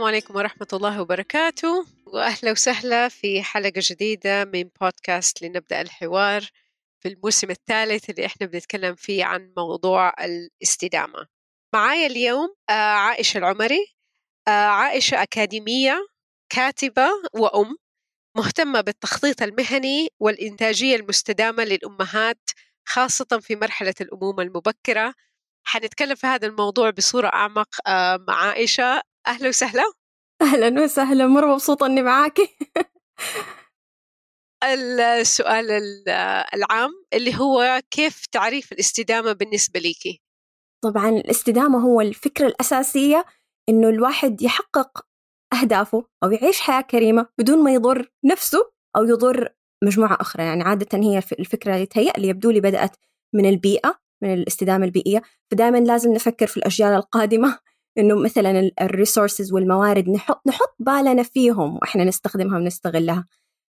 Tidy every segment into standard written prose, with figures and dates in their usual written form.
عليكم ورحمة الله وبركاته، وأهلا وسهلا في حلقة جديدة من بودكاست لنبدأ الحوار في الموسم الثالث اللي إحنا بنتكلم فيه عن موضوع الاستدامة. معايا اليوم عائشة العمري. عائشة أكاديمية، كاتبة وأم، مهتمة بالتخطيط المهني والإنتاجية المستدامة للأمهات خاصة في مرحلة الأمومة المبكرة. حنتكلم في هذا الموضوع بصورة أعمق مع عائشة. أهلا وسهلا. أهلا وسهلا، مرة مبسوطة أني معاكي. السؤال العام اللي هو كيف تعريف الاستدامة بالنسبة ليكي؟ طبعا الاستدامة هو الفكرة الأساسية، إنه الواحد يحقق أهدافه أو يعيش حياة كريمة بدون ما يضر نفسه أو يضر مجموعة أخرى. يعني عادة هي الفكرة يتهيألي يبدو لي بدأت من البيئة، من الاستدامة البيئية. فدائما لازم نفكر في الأجيال القادمة إنه مثلا الريسورسز والموارد نحط بالنا فيهم وإحنا نستخدمها ونستغلها.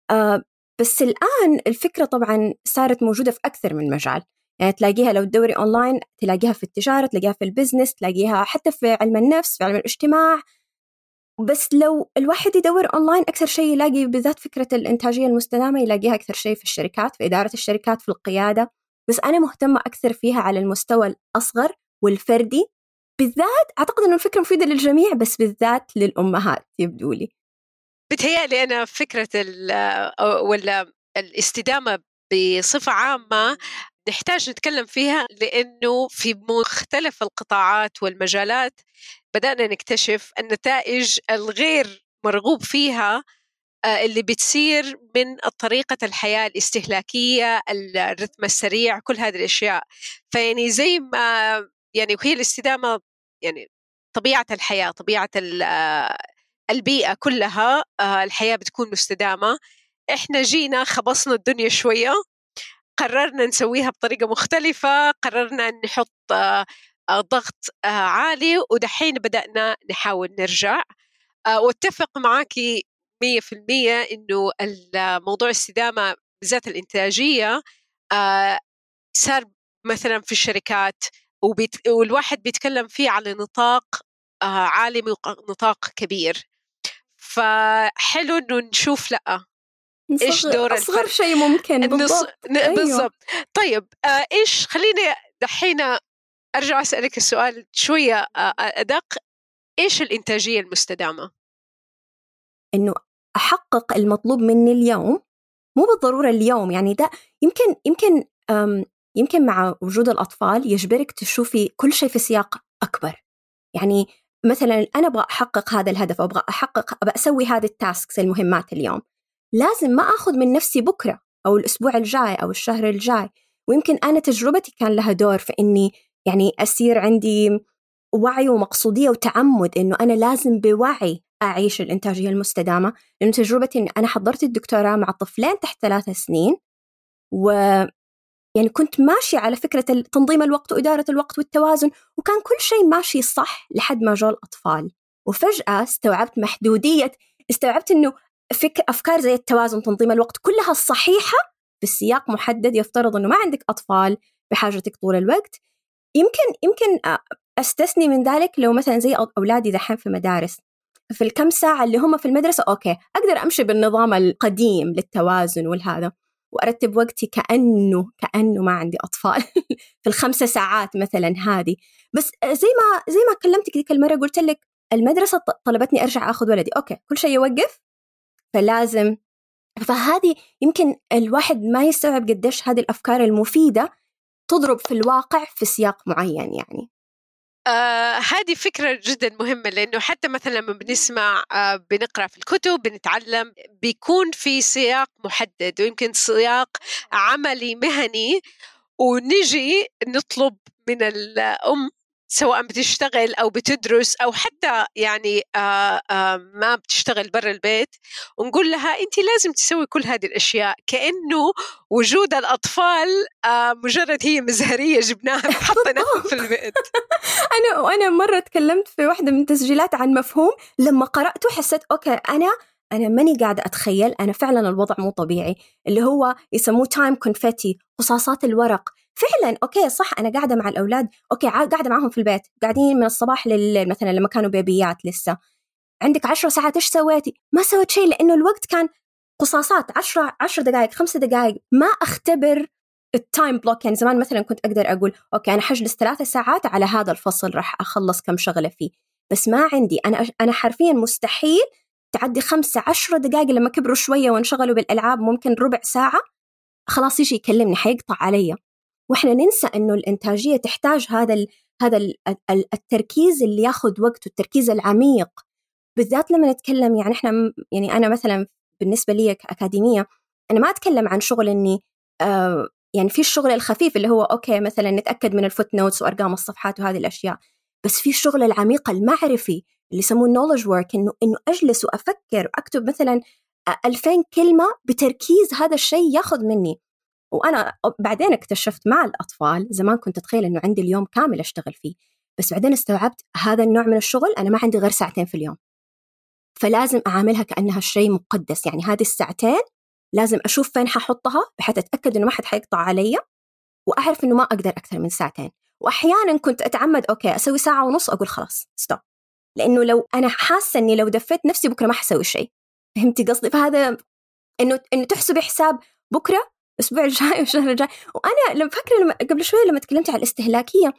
بس الآن الفكرة طبعاً صارت موجودة في أكثر من مجال. يعني تلاقيها لو تدوري أونلاين، تلاقيها في التجارة، تلاقيها في البزنس، تلاقيها حتى في علم النفس، في علم الاجتماع. بس لو الواحد يدور أونلاين أكثر شيء يلاقي بالذات فكرة الإنتاجية المستدامة، يلاقيها أكثر شيء في الشركات، في إدارة الشركات، في القيادة. بس أنا مهتمة أكثر فيها على المستوى الأصغر والفردي بالذات. أعتقد أنه الفكرة مفيدة للجميع بس بالذات للأمهات يبدو لي. بتهيألي أنا فكرة ولا الاستدامة بصفة عامة نحتاج نتكلم فيها، لأنه في مختلف القطاعات والمجالات بدأنا نكتشف النتائج الغير مرغوب فيها اللي بتصير من طريقة الحياة الاستهلاكية، الرتم السريع، كل هذه الأشياء. فيعني زي ما يعني وهي الاستدامة يعني طبيعة الحياة، طبيعة البيئة كلها، الحياة بتكون مستدامة. إحنا جينا خبصنا الدنيا شوية، قررنا نسويها بطريقة مختلفة، قررنا نحط ضغط عالي، ودحين بدأنا نحاول نرجع. واتفق معاكي 100% إنه الموضوع الاستدامة بالذات الإنتاجية صار مثلا في الشركات، والواحد بيتكلم فيه على نطاق عالمي ونطاق كبير. فحلو إنه نشوف لأ إيش دور أصغر الفرد. شيء ممكن. بالضبط، أيوه. بالضبط. طيب إيش، خليني دحين أرجع أسألك السؤال شوية أدق. إيش الإنتاجية المستدامة؟ إنه أحقق المطلوب مني اليوم، مو بالضرورة اليوم. يعني ده يمكن مع وجود الأطفال يجبرك تشوفي كل شيء في سياق أكبر. يعني مثلا أنا أبغى أحقق هذا الهدف، أو أبغى أسوي هذه التاسكس المهمات اليوم. لازم ما أخذ من نفسي بكرة أو الأسبوع الجاي أو الشهر الجاي. ويمكن أنا تجربتي كان لها دور في إني يعني أصير عندي وعي ومقصودية وتعمد إنه أنا لازم بوعي أعيش الإنتاجية المستدامة. لأن تجربتي إن أنا حضرت الدكتوراه مع طفلين تحت 3 سنين، يعني كنت ماشية على فكرة تنظيم الوقت وإدارة الوقت والتوازن، وكان كل شيء ماشي صح لحد ما جاء الأطفال. وفجأة استوعبت إنه أفكار زي التوازن، تنظيم الوقت، كلها الصحيحة في السياق محدد. يفترض إنه ما عندك أطفال بحاجتك طول الوقت. يمكن أستثني من ذلك لو مثلا زي أولادي دحين في مدارس، في الكم ساعة اللي هم في المدرسة أوكي أقدر أمشي بالنظام القديم للتوازن والهذا، وأرتب وقتي كأنه ما عندي أطفال في ال5 ساعات مثلا هذه. بس زي ما كلمتك ذيك المرة قلت لك المدرسة طلبتني أرجع أخذ ولدي، أوكي كل شيء يوقف، فلازم. فهذه يمكن الواحد ما يستوعب قديش هذه الأفكار المفيدة تضرب في الواقع في سياق معين. يعني هذه فكرة جدا مهمة، لأنه حتى مثلا لما بنسمع بنقرأ في الكتب بنتعلم بيكون في سياق محدد، ويمكن سياق عملي مهني، ونجي نطلب من الأم سواء بتشتغل أو بتدرس أو حتى يعني ما بتشتغل برا البيت، ونقول لها أنت لازم تسوي كل هذه الأشياء، كأنه وجود الأطفال مجرد هي مزهرية جبناها حطيناها في البيت. أنا مرة تكلمت في واحدة من التسجيلات عن مفهوم، لما قرأته حسيت أوكي أنا ماني قاعدة أتخيل، أنا فعلا الوضع مو طبيعي، اللي هو يسموه تايم كونفيتي، قصاصات الورق. فعلا أوكي صح، أنا قاعدة مع الأولاد، أوكي قاعدة معهم في البيت، قاعدين من الصباح لليل مثلا لما كانوا بيبيات لسه. عندك 10 ساعات إيش سويتي؟ ما سويت شيء، لأنه الوقت كان قصاصات 10 دقائق 5 دقائق، ما أختبر التايم بلوك. يعني زمان مثلا كنت أقدر أقول أوكي أنا حجلس 3 ساعات على هذا الفصل راح أخلص كم شغلة فيه، بس ما عندي. أنا حرفيا مستحيل تعدي 5-10 دقائق. لما كبروا شوية وانشغلوا بالألعاب ممكن ربع ساعة خلاص يجي يكلمني حيقطع علي. وإحنا ننسى إنه الإنتاجية تحتاج هذا التركيز اللي ياخد وقت، والتركيز العميق، بالذات لما نتكلم. يعني إحنا يعني أنا مثلا بالنسبة لي كأكاديمية أنا ما أتكلم عن شغل إني يعني في الشغل الخفيف اللي هو أوكي مثلا نتأكد من الفوت نوتس وأرقام الصفحات وهذه الأشياء، بس في الشغل العميق المعرفي اللي يسموه knowledge work، إنه أجلس وأفكر وأكتب مثلا 2000 كلمة بتركيز. هذا الشيء ياخد مني. وأنا بعدين اكتشفت مع الأطفال، زمان كنت أتخيل إنه عندي اليوم كامل أشتغل فيه، بس بعدين استوعبت هذا النوع من الشغل أنا ما عندي غير 2 ساعات في اليوم، فلازم أعاملها كأنها شيء مقدس. يعني هذه 2 ساعات لازم أشوف فين ححطها بحيث أتأكد إنه ما حد حيقطع علي، وأعرف إنه ما أقدر أكثر من 2 ساعات. وأحيانا كنت أتعمد أوكي أسوي 1.5 ساعة أقول خلاص ستوب، لأنه لو أنا حاسة إني لو دفيت نفسي بكرة ما حسوي شيء. فهمتي قصدي؟ فهذا إنه تحسبي حساب بكرة، الأسبوع الجاي والشهر الجاي. وأنا لما فكرة قبل شوية لما تكلمت على الاستهلاكية،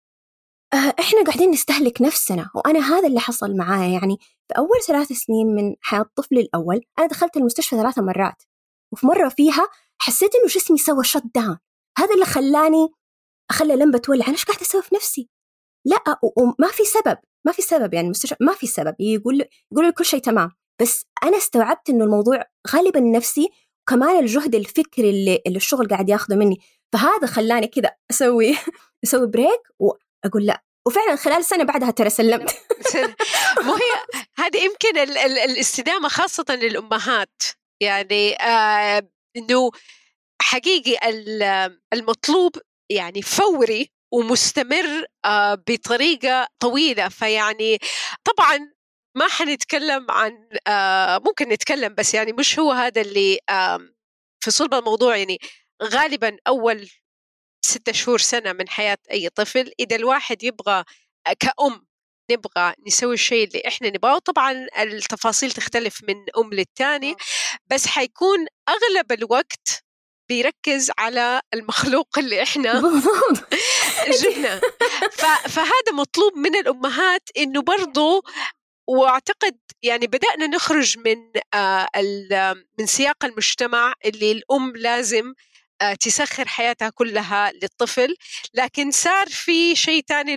إحنا قاعدين نستهلك نفسنا، وأنا هذا اللي حصل معايا. يعني في أول 3 سنين من حياة طفلي الأول أنا دخلت المستشفى 3 مرات، وفي مرة فيها حسيت إنه جسمي سوى شت داون. هذا اللي خلى لمبة تولع. أنا إيش قاعدة أسوي في نفسي؟ لا، وما في سبب يعني المستشفى ما في سبب، يقول كل شيء تمام، بس أنا استوعبت إنه الموضوع غالبا نفسي، وكمان الجهد الفكري اللي الشغل قاعد ياخده مني. فهذا خلاني كذا أسوي بريك وأقول لا. وفعلا خلال سنة بعدها ترى سلمت. مو هي هذه يمكن الاستدامة خاصة للأمهات، يعني إنه حقيقي المطلوب يعني فوري ومستمر بطريقة طويلة. فيعني طبعا ما حنتكلم عن ممكن نتكلم، بس يعني مش هو هذا اللي في صلب الموضوع. يعني غالبا أول 6 شهور سنة من حياة أي طفل، إذا الواحد يبغى كأم نبغى نسوي الشيء اللي إحنا نبغاه، طبعا التفاصيل تختلف من أم للتاني، بس حيكون أغلب الوقت بيركز على المخلوق اللي إحنا جبنا. فهذا مطلوب من الأمهات إنه برضو. وأعتقد يعني بدأنا نخرج من سياق المجتمع اللي الأم لازم تسخر حياتها كلها للطفل، لكن صار في شيء تاني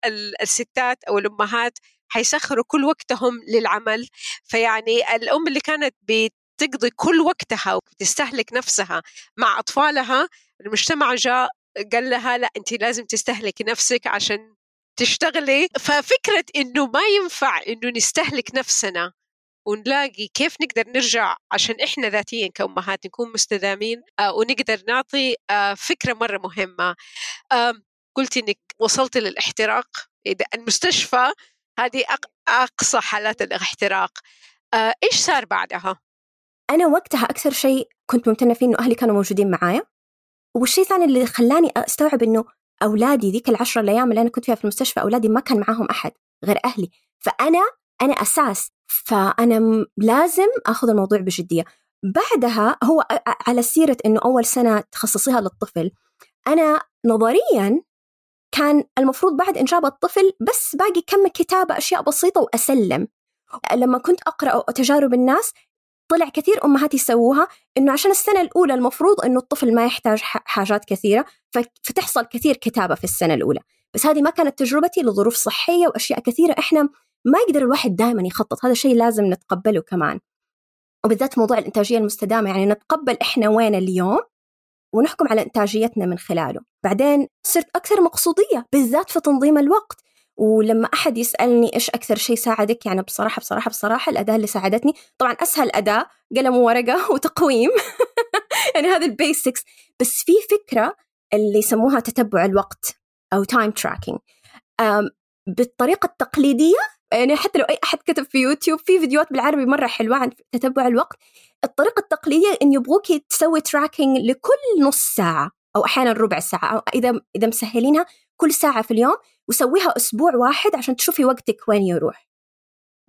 للستات أو الأمهات حيسخروا كل وقتهم للعمل. فيعني الأم اللي كانت بتقضي كل وقتها وتستهلك نفسها مع أطفالها، المجتمع جاء قال لها لا أنت لازم تستهلك نفسك عشان تشتغلي. ففكرة إنه ما ينفع إنه نستهلك نفسنا ونلاقي كيف نقدر نرجع عشان إحنا ذاتيا كأمهات نكون مستدامين ونقدر نعطي فكرة مرة مهمة. قلت إنك وصلت للاحتراق، إذا المستشفى هذه أقصى حالات الاحتراق. إيش صار بعدها؟ أنا وقتها أكثر شيء كنت ممتنة فيه إنه أهلي كانوا موجودين معايا، والشيء الثاني اللي خلاني أستوعب إنه أولادي ذيك ال10 أيام اللي أنا كنت فيها في المستشفى أولادي ما كان معاهم أحد غير أهلي، فأنا أساس، فأنا لازم أخذ الموضوع بجدية. بعدها هو على سيرة إنه أول سنة تخصصيها للطفل، أنا نظرياً كان المفروض بعد إنجاب الطفل بس باقي كم كتابة أشياء بسيطة وأسلم. لما كنت أقرأ تجارب الناس طلع كثير أمهات يسووها إنه عشان السنة الأولى المفروض إنه الطفل ما يحتاج حاجات كثيرة، فتحصل كثير كتابة في السنة الأولى. بس هذه ما كانت تجربتي لظروف صحية وأشياء كثيرة. إحنا ما يقدر الواحد دائما يخطط، هذا شيء لازم نتقبله كمان، وبالذات موضوع الإنتاجية المستدامة. يعني نتقبل إحنا وين اليوم ونحكم على إنتاجيتنا من خلاله. بعدين صرت أكثر مقصودية بالذات في تنظيم الوقت. ولما أحد يسألني إيش أكثر شيء ساعدك، يعني بصراحة الأداة اللي ساعدتني طبعا أسهل أداة قلم وورقة وتقويم يعني هذا البيسكس. بس في فكرة اللي يسموها تتبع الوقت أو time tracking بالطريقة التقليدية. يعني حتى لو أي أحد كتب في يوتيوب في فيديوهات بالعربي مرة حلوة عن تتبع الوقت، الطريقة التقليدية إن يبغوك تسوي تراكينج لكل نص ساعة أو أحيانا ربع ساعة، أو إذا مسهلينها كل ساعة في اليوم، وسويها أسبوع واحد عشان تشوفي وقتك وين يروح.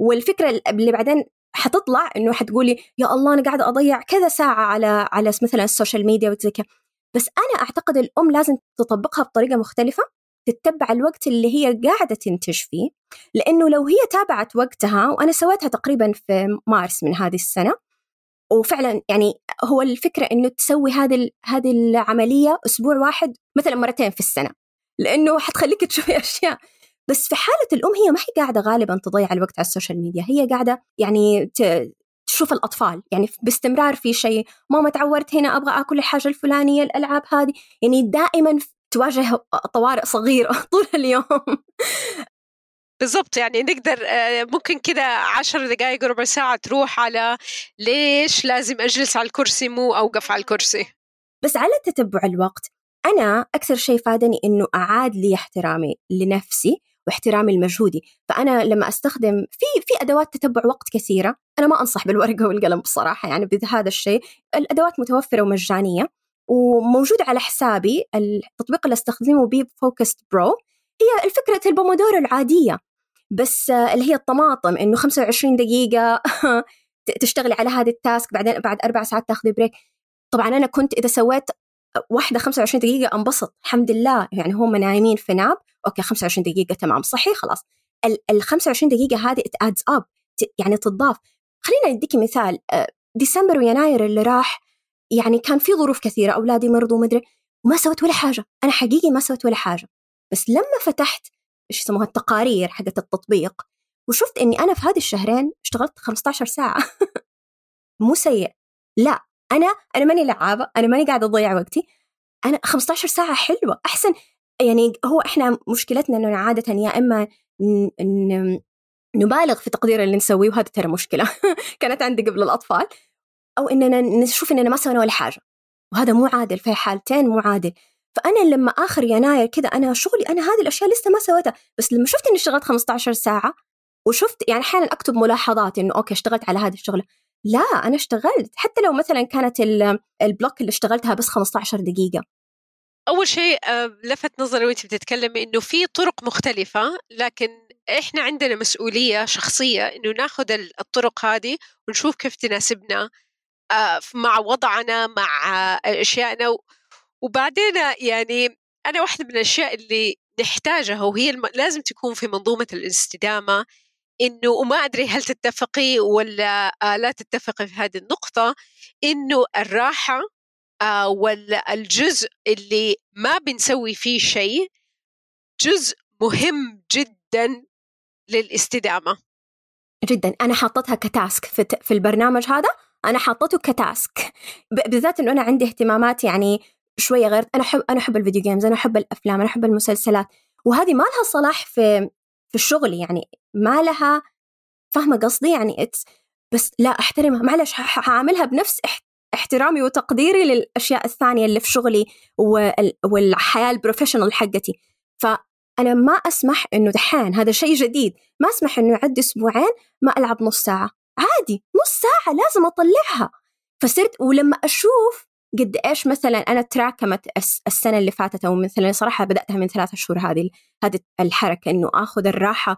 والفكرة اللي بعدين حتطلع إنه حتقولي يا الله أنا قاعدة أضيع كذا ساعة على مثلا السوشيال ميديا وتذكر. بس أنا أعتقد الأم لازم تطبقها بطريقة مختلفة، تتبع الوقت اللي هي قاعدة تنتج فيه، لأنه لو هي تابعت وقتها، وأنا سويتها تقريبا في مارس من هذه السنة، وفعلا يعني هو الفكرة إنه تسوي هذه العملية أسبوع واحد مثلا مرتين في السنة، لأنه حتخليك تشوفي أشياء. بس في حالة الأم هي ما هي قاعدة غالبا تضيع الوقت على السوشيال ميديا، هي قاعدة يعني تشوف الأطفال يعني باستمرار في شيء، ماما تعورت هنا أبغى أكل الحاجة الفلانية، الألعاب هذه، يعني دائما تواجه طوارئ صغيرة طول اليوم. بالضبط، يعني نقدر ممكن كده 10 دقائق ربع ساعة تروح على ليش لازم أجلس على الكرسي مو أوقف على الكرسي. بس على تتبع الوقت، أنا أكثر شيء فادني إنه أعاد لي احترامي لنفسي واحترامي لمجهودي. فأنا لما أستخدم في أدوات تتبع وقت كثيرة، أنا ما أنصح بالورقة والقلم بصراحة، يعني بهذا الشيء الأدوات متوفرة ومجانية وموجود على حسابي. التطبيق اللي استخدمه بيه فوكست برو، هي الفكرة البومودورو العادية، بس اللي هي الطماطم، إنه 25 دقيقة تشتغلي على هذا التاسك، بعدين بعد 4 ساعات تاخذي بريك. طبعا أنا كنت إذا سويت واحدة 25 دقيقة أنبسط الحمد لله، يعني هم نايمين في ناب، أوكي 25 دقيقة تمام صحي خلاص. ال 25 دقيقة هذه it adds up، يعني تضاف. خلينا نديكي مثال، ديسمبر ويناير اللي راح يعني كان في ظروف كثيرة، أولادي مرضوا مدري، وما سويت ولا حاجة، أنا حقيقي ما سويت ولا حاجة. بس لما فتحت إيش يسموها التقارير حقت التطبيق، وشفت إني أنا في هذه الشهرين اشتغلت 15 ساعة مو سيء، لا أنا ماني لعابة، أنا ماني قاعدة أضيع وقتي، أنا 15 ساعة حلوة أحسن. يعني هو إحنا مشكلتنا إنه عادة يا إما نبالغ في تقدير اللي نسويه، وهذا ترى مشكلة كانت عندي قبل الأطفال، أو إننا نشوف إننا ما سوينا ولا حاجة، وهذا مو عادل، في حالتين مو عادل. فأنا لما آخر يناير كذا أنا شغلي، أنا هذه الأشياء لسه ما سويتها، بس لما شفت إني اشتغلت 15 ساعة، وشفت يعني أحيانا أكتب ملاحظات إنه أوكي اشتغلت على هذه الشغلة، لا أنا اشتغلت، حتى لو مثلا كانت البلوك اللي اشتغلتها بس 15 دقيقة. أول شيء لفت نظري وأنت بتتكلمي إنه في طرق مختلفة، لكن إحنا عندنا مسؤولية شخصية إنه ناخد الطرق هذه ونشوف كيف تناسبنا مع وضعنا، مع أشيائنا. وبعدين يعني أنا واحدة من الأشياء اللي نحتاجها، وهي لازم تكون في منظومة الاستدامة، إنه وما أدري هل تتفقي ولا لا تتفقي في هذه النقطة، إنه الراحة ولا الجزء اللي ما بنسوي فيه شيء جزء مهم جدا للاستدامة. جدا، أنا حاطتها كتاسك في البرنامج هذا، أنا حاطته كتاسك بالذات إنه أنا عندي اهتمامات يعني شوية غير، أنا أحب الفيديو جيمز، أنا أحب الأفلام، أنا أحب المسلسلات، وهذه ما لها صلاح في الشغل، يعني ما لها، فاهمة قصدي يعني بس لا أحترمها، معلش هعملها بنفس احترامي وتقديري للأشياء الثانية اللي في شغلي والحياة البروفيشنال حقتي. فأنا ما أسمح إنه دحين هذا شيء جديد، ما أسمح إنه يعدي أسبوعين ما ألعب نص ساعة، عادي نص ساعة لازم أطلعها. فصرت ولما أشوف قد إيش مثلا أنا تراكمت السنة اللي فاتت، أو مثلا صراحة بدأتها من 3 شهور هذه الحركة إنه أخذ الراحة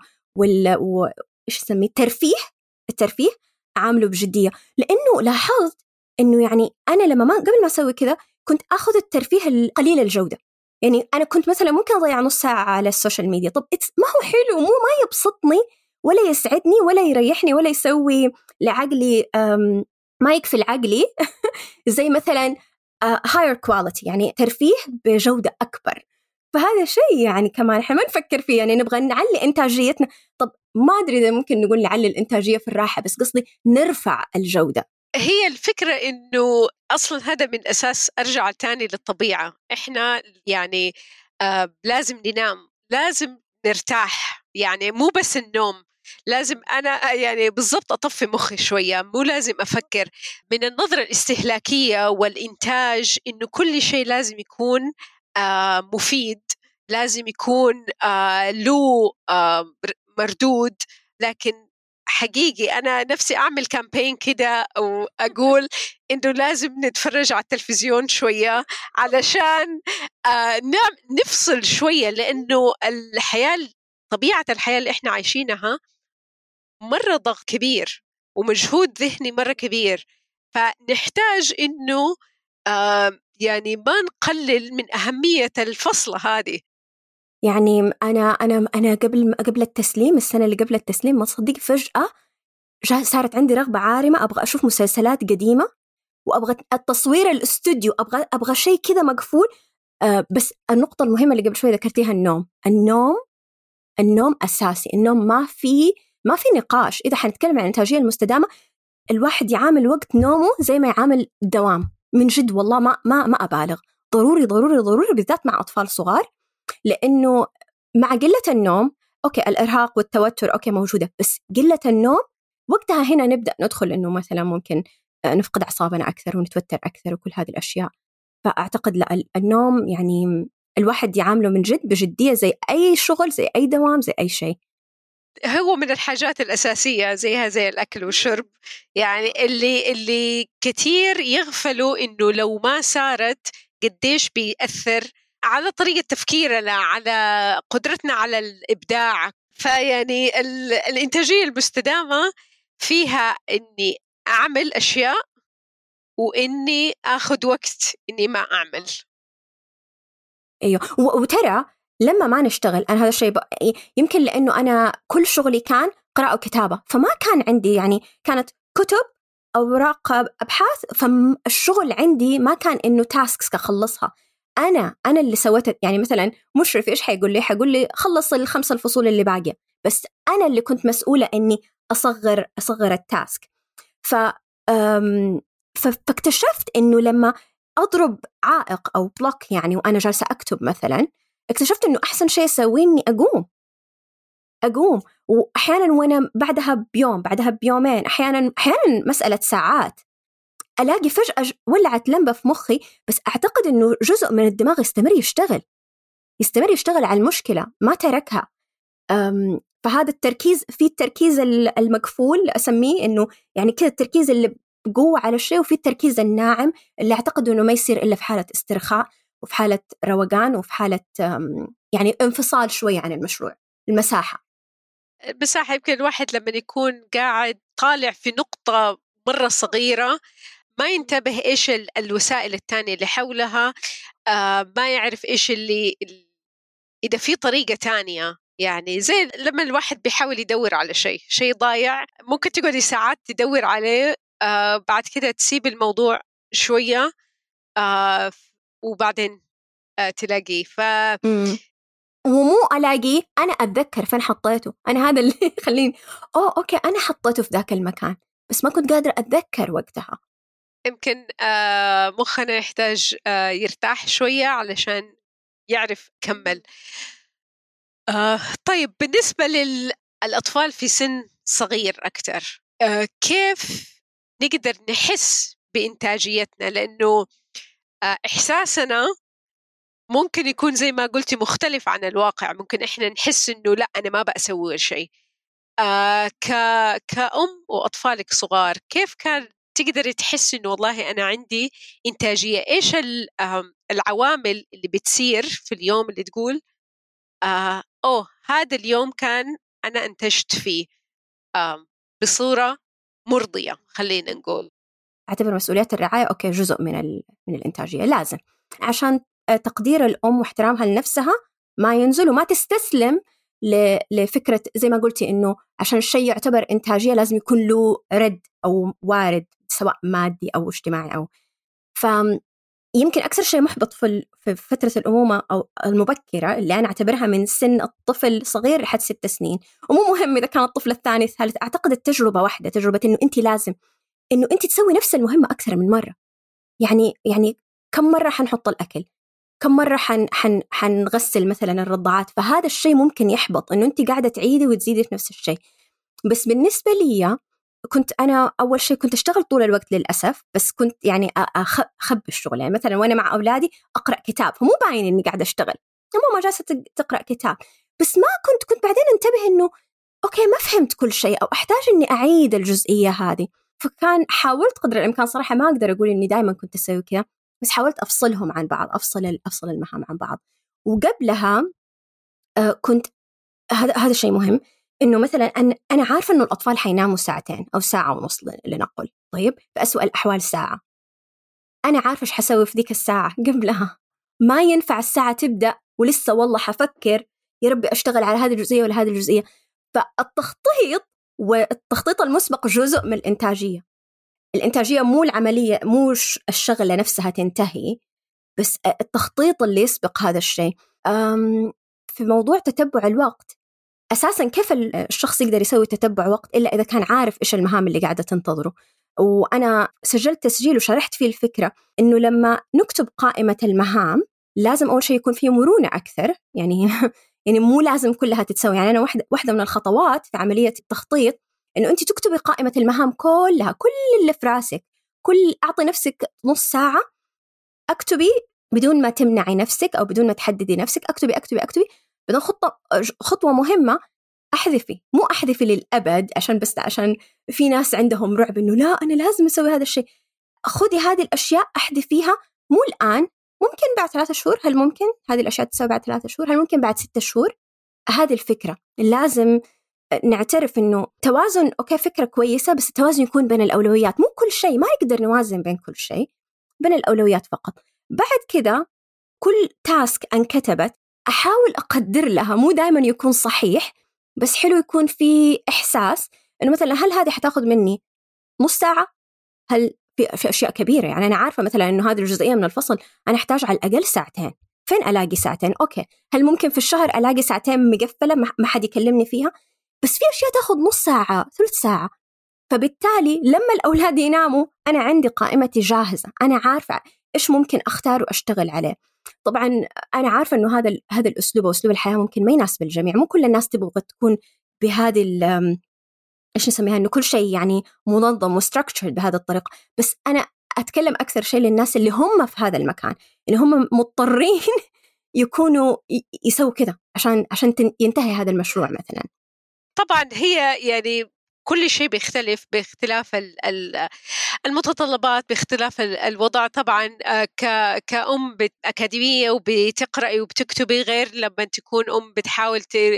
إيش أسميه الترفيه عامله بجدية، لأنه لاحظت إنه يعني أنا لما قبل ما أسوي كذا كنت أخذ الترفيه القليل الجودة، يعني أنا كنت مثلا ممكن أضيع نص ساعة على السوشيال ميديا، طب ما هو حلو، ما يبسطني ولا يسعدني ولا يريحني ولا يسوي لعقلي ما يكفي لعقلي زي مثلا higher quality، يعني ترفيه بجودة أكبر. فهذا شيء يعني كمان إحنا ما نفكر فيه، يعني نبغى نعلي إنتاجيتنا، طب ما أدري إذا ممكن نقول نعلي الإنتاجية في الراحة، بس قصدي نرفع الجودة. هي الفكرة إنه أصلاً هذا من أساس أرجع تاني للطبيعة، إحنا يعني لازم ننام، لازم نرتاح، يعني مو بس النوم، لازم أنا يعني بالضبط أطفي مخي شوية، مو لازم أفكر من النظرة الاستهلاكية والإنتاج إنه كل شيء لازم يكون مفيد، لازم يكون له مردود. لكن حقيقي أنا نفسي أعمل كامبين كده أو أقول إنه لازم نتفرج على التلفزيون شوية علشان نفصل شوية، لأنه طبيعة الحياة اللي إحنا عايشينها مرة ضغط كبير ومجهود ذهني مرة كبير، فنحتاج إنه يعني ما نقلل من أهمية الفصلة هذه. يعني أنا قبل التسليم، السنة اللي قبل التسليم، ما تصدق فجأة صارت عندي رغبة عارمة أبغى أشوف مسلسلات قديمة، وأبغى التصوير الاستوديو، أبغى شيء كذا مقفول. بس النقطة المهمة اللي قبل شوي ذكرتيها، النوم أساسي. النوم ما في نقاش. إذا حنتكلم عن الإنتاجية المستدامة، الواحد يعامل وقت نومه زي ما يعامل الدوام، من جد والله ما أبالغ. ضروري ضروري ضروري، بالذات مع أطفال صغار، لأنه مع قلة النوم أوكي الإرهاق والتوتر أوكي موجودة، بس قلة النوم وقتها هنا نبدأ ندخل إنه مثلا ممكن نفقد أعصابنا أكثر ونتوتر أكثر وكل هذه الأشياء. فأعتقد لا، النوم يعني الواحد يعامله من جد بجدية، زي أي شغل، زي أي دوام، زي أي شيء. هو من الحاجات الأساسية زيها زي الأكل والشرب، يعني اللي كتير يغفلوا إنه لو ما صارت قديش بيأثر على طريقة تفكيرنا، على قدرتنا على الإبداع. فيعني الإنتاجية المستدامة فيها إني أعمل أشياء وإني أخذ وقت إني ما أعمل. أيوه، وترى لما ما نشتغل، أنا هذا الشيء يمكن لأنه أنا كل شغلي كان قراءة وكتابة، فما كان عندي يعني كانت كتب أوراق أبحاث، فالشغل عندي ما كان إنه تاسكس أخلصها. أنا اللي سويت، يعني مثلا مشرف إيش حيقول لي خلص ال5 الفصول اللي باقية، بس أنا اللي كنت مسؤولة إني أصغر التاسك. فاكتشفت إنه لما أضرب عائق أو بلوك يعني وأنا جالسة أكتب مثلا، اكتشفت إنه أحسن شيء أسويه إني أقوم، وأحيانا وأنا بعدها بيومين، أحيانا مسألة ساعات، ألاقي فجأة ولعت لمبة في مخي. بس أعتقد إنه جزء من الدماغ يستمر يشتغل على المشكلة، ما تركها. فهذا التركيز، في التركيز المقفول أسميه، إنه يعني كذا التركيز اللي بقوة على الشيء، وفي التركيز الناعم اللي أعتقد إنه ما يصير إلا في حالة استرخاء وفي حالة روقان وفي حالة يعني انفصال شوية عن المشروع، المساحة. يمكن الواحد لما يكون قاعد طالع في نقطة مرة صغيرة ما ينتبه إيش الوسائل التانية اللي حولها، ما يعرف إيش إذا في طريقة تانية. يعني زي لما الواحد بيحاول يدور على شيء ضايع، ممكن تقعدي ساعات تدور عليه، بعد كده تسيب الموضوع شوية، وبعدين تلاقيه. ومو ألاقيه، أنا أتذكر فين حطيته. أنا هذا اللي خليني أوكي أنا حطيته في ذاك المكان، بس ما كنت قادرة أتذكر وقتها. يمكن مخنا يحتاج يرتاح شوية علشان يعرف كمل. طيب بالنسبة للأطفال في سن صغير أكتر، كيف نقدر نحس بإنتاجيتنا؟ لأنه إحساسنا ممكن يكون زي ما قلتي مختلف عن الواقع. ممكن إحنا نحس إنه لا أنا ما بأسوي شيء. كأم وأطفالك صغار، كيف كان تقدري تحسي إنه والله أنا عندي إنتاجية؟ إيش العوامل اللي بتصير في اليوم اللي تقول هذا اليوم كان أنا أنتجت فيه بصورة مرضية؟ خلينا نقول أعتبر مسؤوليات الرعاية أوكي جزء من الإنتاجية، لازم عشان تقدير الأم واحترامها لنفسها ما ينزل، وما تستسلم لفكرة زي ما قلتي إنه عشان الشيء يعتبر إنتاجية لازم يكون له رد أو وارد، سواء مادي أو اجتماعي أو يمكن أكثر شيء محبط في فترة الأمومة أو المبكرة اللي أنا أعتبرها من سن الطفل صغير لحد 6 سنين، ومو مهم إذا كان الطفل الثاني الثالث، أعتقد التجربة واحدة، تجربة إنه أنت لازم إنه أنت تسوي نفس المهمة أكثر من مرة. يعني كم مرة حنحط الأكل، كم مرة حنغسل مثلا الرضعات، فهذا الشيء ممكن يحبط إنه أنت قاعدة تعيدي وتزيدي في نفس الشيء. بس بالنسبة لي أنا أول شيء كنت أشتغل طول الوقت للأسف، بس كنت يعني أخبي الشغل. يعني مثلا وأنا مع أولادي أقرأ كتاب، فمو باين إني قاعدة أشتغل، ماما جالسة تقرأ كتاب، بس ما كنت بعدين انتبه إنه أوكي ما فهمت كل شيء أو أحتاج إني أعيد الجزئية هذه. فكان حاولت قدر الإمكان، صراحة ما أقدر أقول إني دائما كنت أسوي كذا، بس حاولت أفصلهم عن بعض، أفصل المهام عن بعض. وقبلها كنت هذا شيء مهم، إنه مثلا أنا عارفة إنه الأطفال حيناموا ساعتين أو ساعة ونص لنقل، طيب في أسوأ الأحوال ساعة. أنا عارفة إيش حسوي في ذيك الساعة قبلها. ما ينفع الساعة تبدأ ولسه والله حفكر يا ربي أشتغل على هذه الجزئية ولا هذه الجزئية. فالتخطيط والتخطيط المسبق جزء من الإنتاجية. الإنتاجية مو العملية، مو الشغلة نفسها تنتهي، بس التخطيط اللي يسبق هذا الشيء. في موضوع تتبع الوقت، أساساً كيف الشخص يقدر يسوي تتبع وقت إلا إذا كان عارف إيش المهام اللي قاعدة تنتظره؟ وأنا سجلت تسجيل وشرحت فيه الفكرة إنه لما نكتب قائمة المهام لازم أول شيء يكون فيه مرونة أكثر، يعني يعني مو لازم كلها تتسوي. يعني أنا واحدة من الخطوات في عملية التخطيط إنه أنت تكتبي قائمة المهام كلها، كل اللي في راسك، أعطي نفسك نص ساعة أكتبي بدون ما تمنعي نفسك أو بدون ما تحددي نفسك، أكتبي أكتبي أكتبي. بدون خطوة مهمة أحذفي، مو أحذفي للأبد عشان في ناس عندهم رعب إنه لا أنا لازم أسوي هذا الشيء. خذي هذه الأشياء أحذفيها، مو الآن، ممكن بعد 3 شهور. هل ممكن هذه الأشياء تسوي بعد 3 شهور؟ هل ممكن بعد 6 شهور؟ هذه الفكرة. لازم نعترف إنه توازن، أوكي فكرة كويسة، بس التوازن يكون بين الأولويات، مو كل شيء، ما نقدر نوازن بين كل شيء، بين الأولويات فقط. بعد كده كل تاسك أنكتبت أحاول أقدر لها، مو دائما يكون صحيح، بس حلو يكون في إحساس إنه مثلا هل هذه حتاخذ مني نص ساعة؟ هل في أشياء كبيرة؟ يعني أنا عارفة مثلا إنه هذه الجزئية من الفصل أنا أحتاج على الأقل ساعتين، فين ألاقي ساعتين؟ أوكي، هل ممكن في الشهر ألاقي ساعتين مقفلة ما حد يكلمني فيها؟ بس في أشياء تاخذ نص ساعة، ثلث ساعة. فبالتالي لما الأولاد يناموا أنا عندي قائمتي جاهزة، أنا عارفة إيش ممكن أختار وأشتغل عليه. طبعا أنا عارفة إنه هذا الأسلوب وأسلوب الحياة ممكن ما يناسب الجميع، مو كل الناس تبغى تكون بهذه إيش نسميها، إنه كل شيء يعني منظم وستراكتشرد بهذا الطريقة. بس أنا أتكلم أكثر شيء للناس اللي هم في هذا المكان، اللي هم مضطرين يكونوا يسووا كذا عشان ينتهي هذا المشروع مثلا. طبعا هي يعني كل شيء بيختلف باختلاف المتطلبات، باختلاف الوضع. طبعا كأم أكاديمية وبتقرأي وبتكتبي غير لما تكون أم بتحاول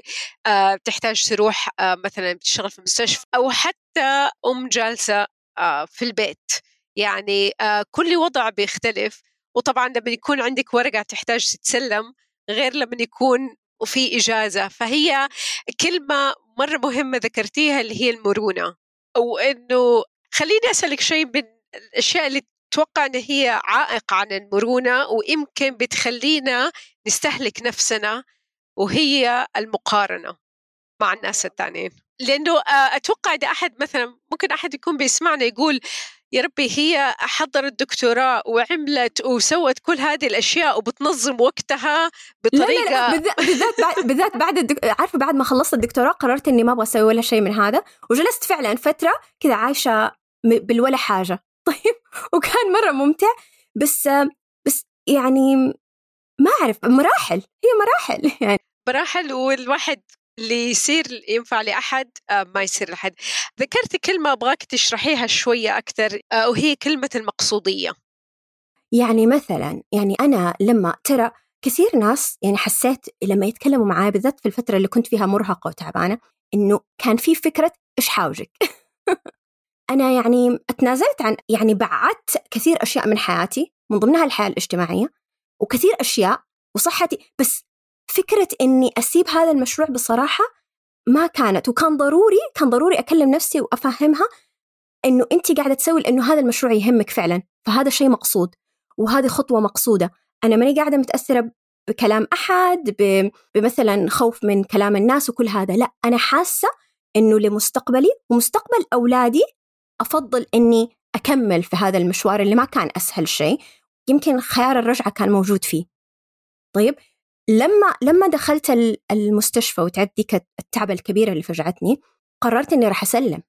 تحتاج تروح مثلا بتشتغل في مستشفى، أو حتى أم جالسة في البيت. يعني كل وضع بيختلف. وطبعا لما يكون عندك ورقة تحتاج تتسلم غير لما يكون وفي إجازة. فهي كلمة مرة مهمة ذكرتيها اللي هي المرونة. أو إنه خليني أسألك شيء من الأشياء اللي أتوقع أن هي عائق عن المرونة ويمكن بتخلينا نستهلك نفسنا، وهي المقارنة مع الناس التانيين. لأنه أتوقع إذا أحد مثلا ممكن أحد يكون بيسمعنا يقول يا ربي هي حضرت دكتوراه وعملت وسوت كل هذه الأشياء وبتنظم وقتها بطريقة. لا بالذات بعد عارفة بعد ما خلصت الدكتوراه قررت إني ما أبغى أسوي ولا شيء من هذا، وجلست فعلا فترة كذا عايشة بالولا حاجة. طيب وكان مرة ممتع، بس يعني ما أعرف، مراحل، هي مراحل يعني مراحل، والواحد اللي يصير ينفع لأحد ما يصير لأحد. ذكرت كلمة أبغاك تشرحيها شوية أكثر، وهي كلمة المقصودية. يعني مثلا يعني أنا لما ترى كثير ناس يعني حسيت لما يتكلموا معاي بالذات في الفترة اللي كنت فيها مرهقة وتعبانة إنه كان في فكرة إيش حاوجك. أنا يعني أتنازلت عن، يعني بعدت كثير أشياء من حياتي من ضمنها الحياة الاجتماعية وكثير أشياء وصحتي، بس فكرة إني أسيب هذا المشروع بصراحة ما كانت، وكان ضروري أكلم نفسي وأفهمها إنه أنت قاعدة تسوي لأنه هذا المشروع يهمك فعلا، فهذا شيء مقصود وهذه خطوة مقصودة. أنا ماني قاعدة متأثرة بكلام أحد، بمثلا خوف من كلام الناس وكل هذا، لا، أنا حاسة إنه لمستقبلي ومستقبل أولادي أفضل إني أكمل في هذا المشوار اللي ما كان أسهل شيء، يمكن خيار الرجعة كان موجود فيه. طيب لما دخلت المستشفى وتعبت ديك التعبة الكبيرة اللي فجعتني، قررت إني راح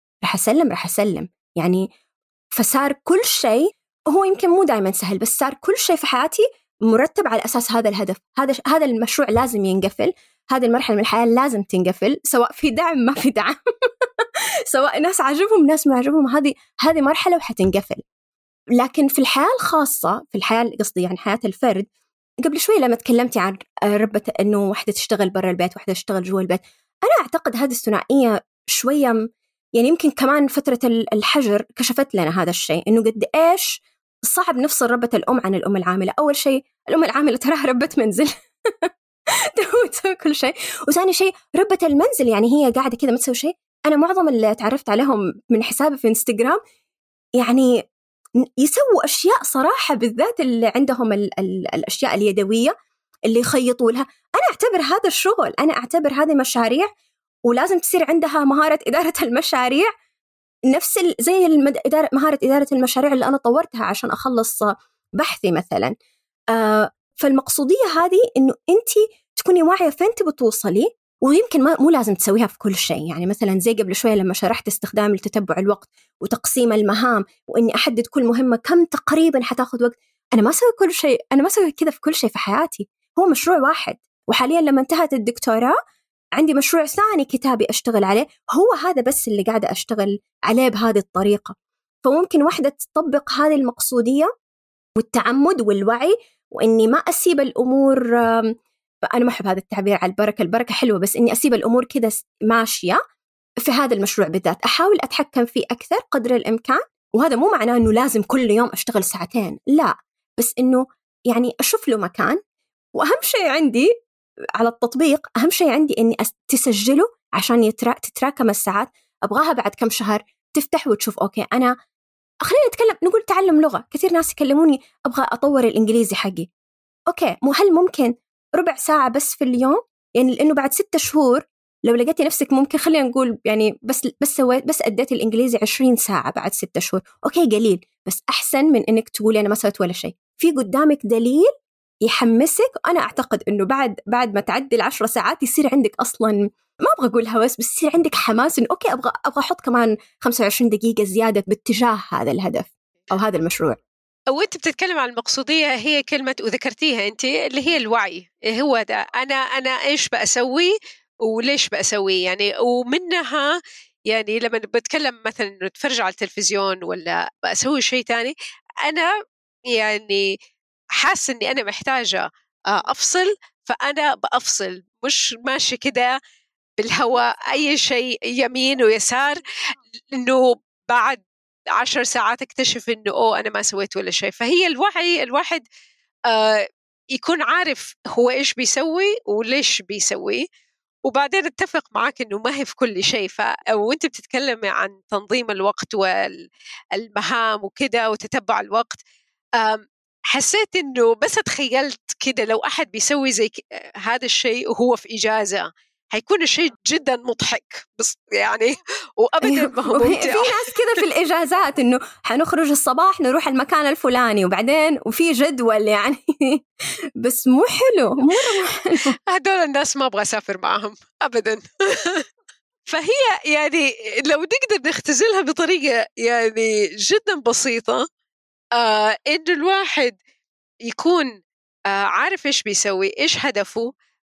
أسلم يعني. فصار كل شيء، هو يمكن مو دائما سهل، بس صار كل شيء في حياتي مرتب على أساس هذا الهدف، هذا المشروع لازم ينقفل، هذه المرحلة من الحياة لازم تنقفل، سواء في دعم ما في دعم سواء ناس عجبهم ناس ما عجبهم، هذه مرحلة وحتنقفل. لكن في الحياة الخاصة، في الحياة قصدي يعني حياة الفرد، قبل شوي لما تكلمتي عن ربة إنه واحدة تشتغل برا البيت واحدة تشتغل جوا البيت، أنا أعتقد هذه الثنائية شوية يعني يمكن كمان فترة الحجر كشفت لنا هذا الشيء، إنه قد إيش صعب نفصل ربة الأم عن الأم العاملة. أول شيء الأم العاملة تراها ربة منزل تسوي كل شيء، وثاني شيء ربة المنزل يعني هي قاعدة كذا ما تسوي شيء. أنا معظم اللي تعرفت عليهم من حسابي في إنستغرام يعني يسووا أشياء صراحة، بالذات اللي عندهم الأشياء اليدوية اللي يخيطوا لها. أنا أعتبر هذا الشغل، أنا أعتبر هذه مشاريع، ولازم تصير عندها مهارة إدارة المشاريع نفس زي مهارة إدارة المشاريع اللي أنا طورتها عشان أخلص بحثي مثلا. فالمقصودية هذه إنه أنت تكوني واعية فين تبي توصلي، ويمكن مو لازم تسويها في كل شيء. يعني مثلا زي قبل شوية لما شرحت استخدام لتتبع الوقت وتقسيم المهام، وإني أحدد كل مهمة كم تقريبا حتاخذ وقت. أنا ما أسوي كل شيء، أنا ما أسوي كذا في كل شيء في حياتي، هو مشروع واحد. وحاليا لما انتهت الدكتوراه عندي مشروع ثاني كتابي أشتغل عليه، هو هذا بس اللي قاعدة أشتغل عليه بهذه الطريقة. فممكن واحدة تطبق هذه المقصودية والتعمد والوعي، وإني ما أسيب الأمور، أنا ما أحب هذا التعبير على البركة حلوة، بس إني أسيب الأمور كده ماشية في هذا المشروع بالذات، أحاول أتحكم فيه أكثر قدر الإمكان. وهذا مو معناه إنه لازم كل يوم أشتغل ساعتين، لا، بس إنه يعني أشوف له مكان. وأهم شيء عندي على التطبيق، أهم شيء عندي إني تسجله عشان تتراكم الساعات. أبغاها بعد كم شهر تفتح وتشوف أوكي أنا خلينا نتكلم، نقول تعلم لغة. كثير ناس يكلموني أبغى أطور الإنجليزي حقي، أوكي هل ممكن ربع ساعة بس في اليوم؟ يعني لأنه بعد 6 شهور لو لقيتي نفسك ممكن، خلينا نقول يعني بس أديت الإنجليزي 20 ساعة بعد 6 شهور، أوكي قليل، بس أحسن من إنك تقولي أنا ما سويت ولا شيء. في قدامك دليل يحمسك. وأنا أعتقد إنه بعد ما تعدي 10 ساعات يصير عندك أصلاً، ما أبغى أقول هوس، بس يصير عندك حماس إنه أوكي أبغى أحط كمان 25 دقيقة زيادة باتجاه هذا الهدف أو هذا المشروع. وانت بتتكلم عن المقصودية، هي كلمة وذكرتيها انت اللي هي الوعي. هو ده أنا إيش بأسوي وليش بأسوي يعني. ومنها يعني لما بتكلم مثلا إنه أتفرج على التلفزيون ولا بأسوي شيء تاني، أنا يعني حاسة إني أنا محتاجة أفصل، فأنا بأفصل، مش ماشي كده بالهواء أي شيء يمين ويسار، إنه بعد 10 ساعات اكتشف إنه أنا ما سويت ولا شيء. فهي الوعي، الواحد يكون عارف هو إيش بيسوي وليش بيسوي. وبعدين اتفق معك إنه ما هي في كل شيء. وانت بتتكلمي عن تنظيم الوقت والمهام وكده وتتبع الوقت، حسيت إنه بس تخيلت كده لو أحد بيسوي زي هذا الشيء وهو في إجازة، هيكون الشيء جدا مضحك بس يعني، وأبدا ما هو ممتع. في ناس كذا في الإجازات إنه حنخرج الصباح نروح المكان الفلاني، وبعدين وفي جدول يعني بس مو حلو، مرة حلو. هدول الناس ما أبغى أسافر معهم أبدا. فهي يعني لو نقدر نختزلها بطريقة يعني جدا بسيطة، إنه الواحد يكون عارف إيش بيسوي، إيش هدفه،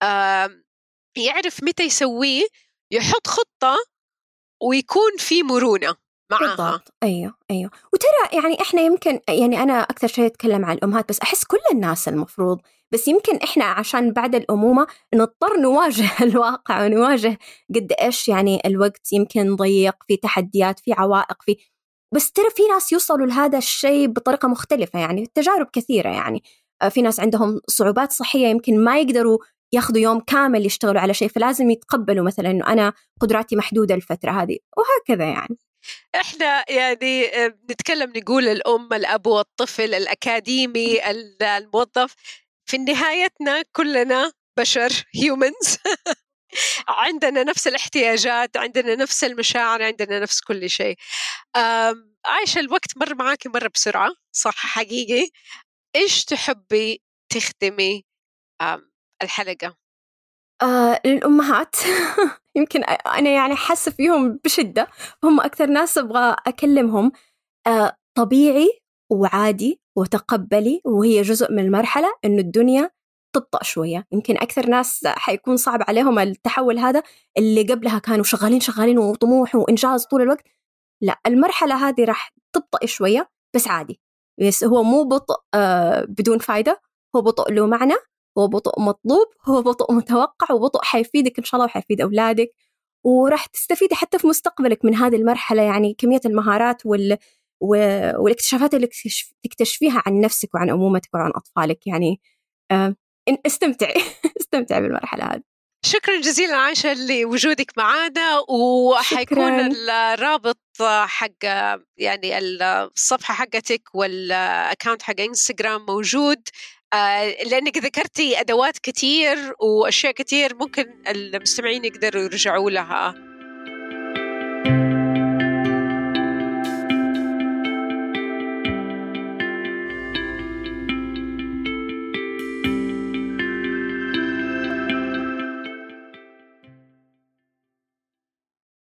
يعرف متى يسويه، يحط خطة، ويكون في مرونة معها. بالضبط. أيوه. وترى يعني إحنا يمكن، يعني أنا أكثر شيء أتكلم عن الأمهات، بس أحس كل الناس المفروض، بس يمكن إحنا عشان بعد الأمومة نضطر نواجه الواقع ونواجه قد إيش يعني الوقت يمكن ضيق، في تحديات، في عوائق، بس ترى في ناس يوصلوا لهذا الشيء بطريقة مختلفة. يعني التجارب كثيرة، يعني في ناس عندهم صعوبات صحية يمكن ما يقدروا ياخذوا يوم كامل يشتغلوا على شيء، فلازم يتقبلوا مثلا إنه أنا قدراتي محدودة الفترة هذه، وهكذا يعني. إحنا يعني بنتكلم نقول الأم، الأب، والطفل، الأكاديمي، الموظف، في نهايتنا كلنا بشر humans. عندنا نفس الاحتياجات، عندنا نفس المشاعر، عندنا نفس كل شيء. عايشة الوقت مر معاكي مرة بسرعة، صح حقيقي. إيش تحبي تختمي الحلقة؟ الأمهات يمكن أنا يعني حاسة فيهم بشدة، هم أكثر ناس أبغى أكلمهم. طبيعي وعادي وتقبلي، وهي جزء من المرحلة، إنه الدنيا تبطأ شوية. يمكن أكثر ناس حيكون صعب عليهم التحول هذا، اللي قبلها كانوا شغالين وطموح وإنجاز طول الوقت. لا، المرحلة هذه راح تبطأ شوية، بس عادي. بس هو مو بطء بدون فايدة، هو بطء له معنى، هو بطء مطلوب، هو بطء متوقع، وبطء حيفيدك إن شاء الله وحيفيد أولادك، وراح تستفيدي حتى في مستقبلك من هذه المرحلة. يعني كمية المهارات والاكتشافات اللي تكتشفيها عن نفسك وعن أمومتك وعن أطفالك. يعني استمتعي استمتعي بالمرحلة هذه. شكرا جزيلا عائشة لوجودك معنا، وحيكون الرابط حق يعني الصفحة حقتك والأكاونت حق إنستغرام موجود، لأنك ذكرتي أدوات كتير وأشياء كتير ممكن المستمعين يقدروا يرجعوا لها